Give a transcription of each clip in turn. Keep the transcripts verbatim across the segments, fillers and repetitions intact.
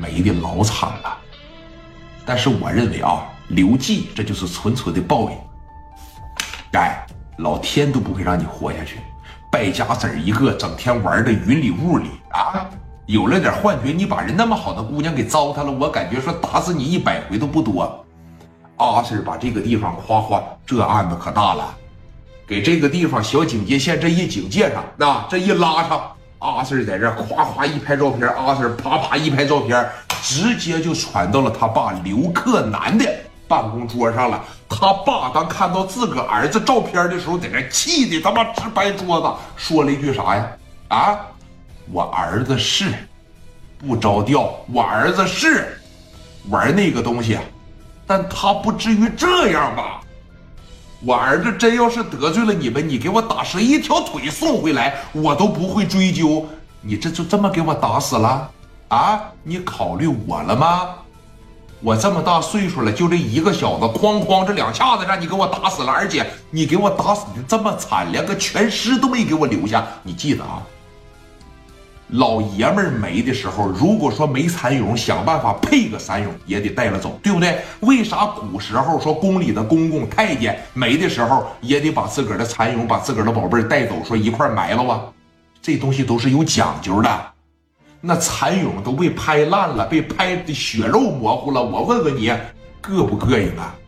没的老惨了。但是我认为啊，刘季这就是纯纯的报应。哎，老天都不会让你活下去，败家子一个，整天玩的云里雾里啊！有了点幻觉，你把人那么好的姑娘给糟蹋了，我感觉说打死你一百回都不多。阿 Sir 把这个地方夸夸，这案子可大了，给这个地方小警戒线这一警戒上，那这一拉上，阿 Sir 在这夸夸一拍照片，阿 Sir 啪啪一拍照片，直接就传到了他爸刘克南的办公桌上了。他爸当看到自个儿子照片的时候，在这气的他妈直拍桌子，说了一句啥呀？啊，我儿子是不着调，我儿子是玩那个东西，但他不至于这样吧？我儿子真要是得罪了你们，你给我打折一条腿送回来，我都不会追究。你这就这么给我打死了啊？你考虑我了吗？我这么大岁数了，就这一个小子，哐哐这两下子让你给我打死了，而且你给我打死的这么惨，连个全尸都没给我留下。你记得啊，老爷们儿没的时候，如果说没蚕蛹，想办法配个蚕蛹也得带了走，对不对？为啥古时候说宫里的公公太监没的时候也得把自个儿的蚕蛹，把自个儿的宝贝儿带走，说一块埋了啊？这东西都是有讲究的。那蚕蛹都被拍烂了，被拍的血肉模糊了，我问问你，膈不膈应啊？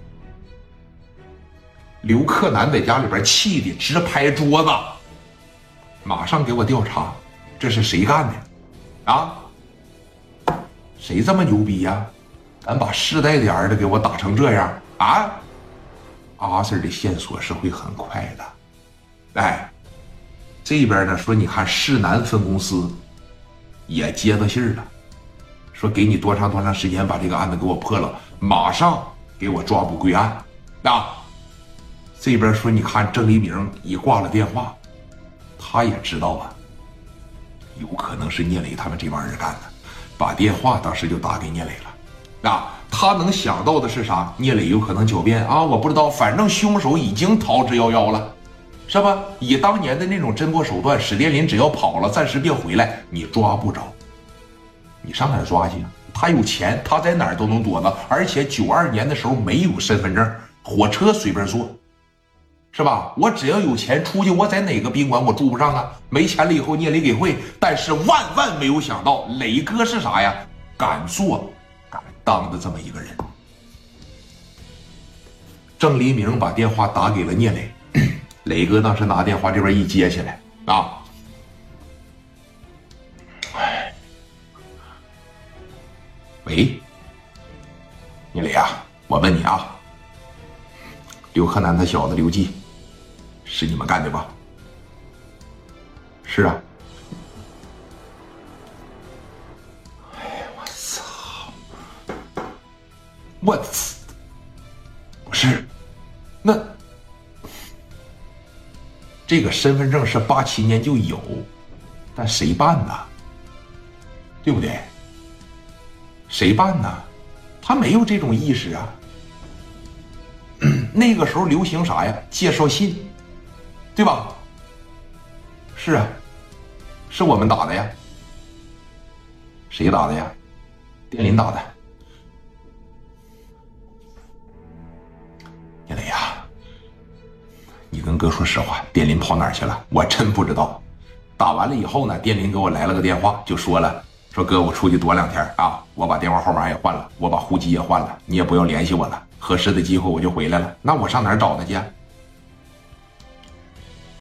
刘克南在家里边气的直拍桌子，马上给我调查，这是谁干的？啊？谁这么牛逼呀？敢把世代的儿子给我打成这样啊？阿 Sir 的线索是会很快的。哎，这边呢说，你看市南分公司也接到信儿了，说给你多长多长时间把这个案子给我破了，马上给我抓捕归案。啊，这边说你看郑黎明一挂了电话，他也知道啊，有可能是聂磊他们这帮人干的，把电话当时就打给聂磊了。啊，他能想到的是啥？聂磊有可能狡辩啊，我不知道，反正凶手已经逃之夭夭了。是吧？以当年的那种侦破手段，史殿林只要跑了，暂时别回来，你抓不着。你上哪儿抓去？他有钱，他在哪儿都能躲到。而且九二年的时候没有身份证，火车随便坐，是吧？我只要有钱出去，我在哪个宾馆我住不上啊？没钱了以后聂磊给汇。但是万万没有想到，磊哥是啥呀？敢做敢当的这么一个人。郑黎明把电话打给了聂磊。磊哥当时拿电话这边一接起来啊，哎，喂，聂磊啊，我问你啊，刘克南他小子刘季是你们干的吧？是啊。哎，我操！我操！不是，那。这个身份证是八七年就有，但谁办呢？对不对？谁办呢？他没有这种意识啊。那个时候流行啥呀？介绍信，对吧？是啊，是我们打的呀。谁打的呀？电林打的。聂磊呀，你跟哥说实话，电林跑哪儿去了？我真不知道。打完了以后呢，电林给我来了个电话，就说了，说哥，我出去躲两天啊，我把电话号码也换了，我把户籍也换了，你也不要联系我了，合适的机会我就回来了。那我上哪儿找他去？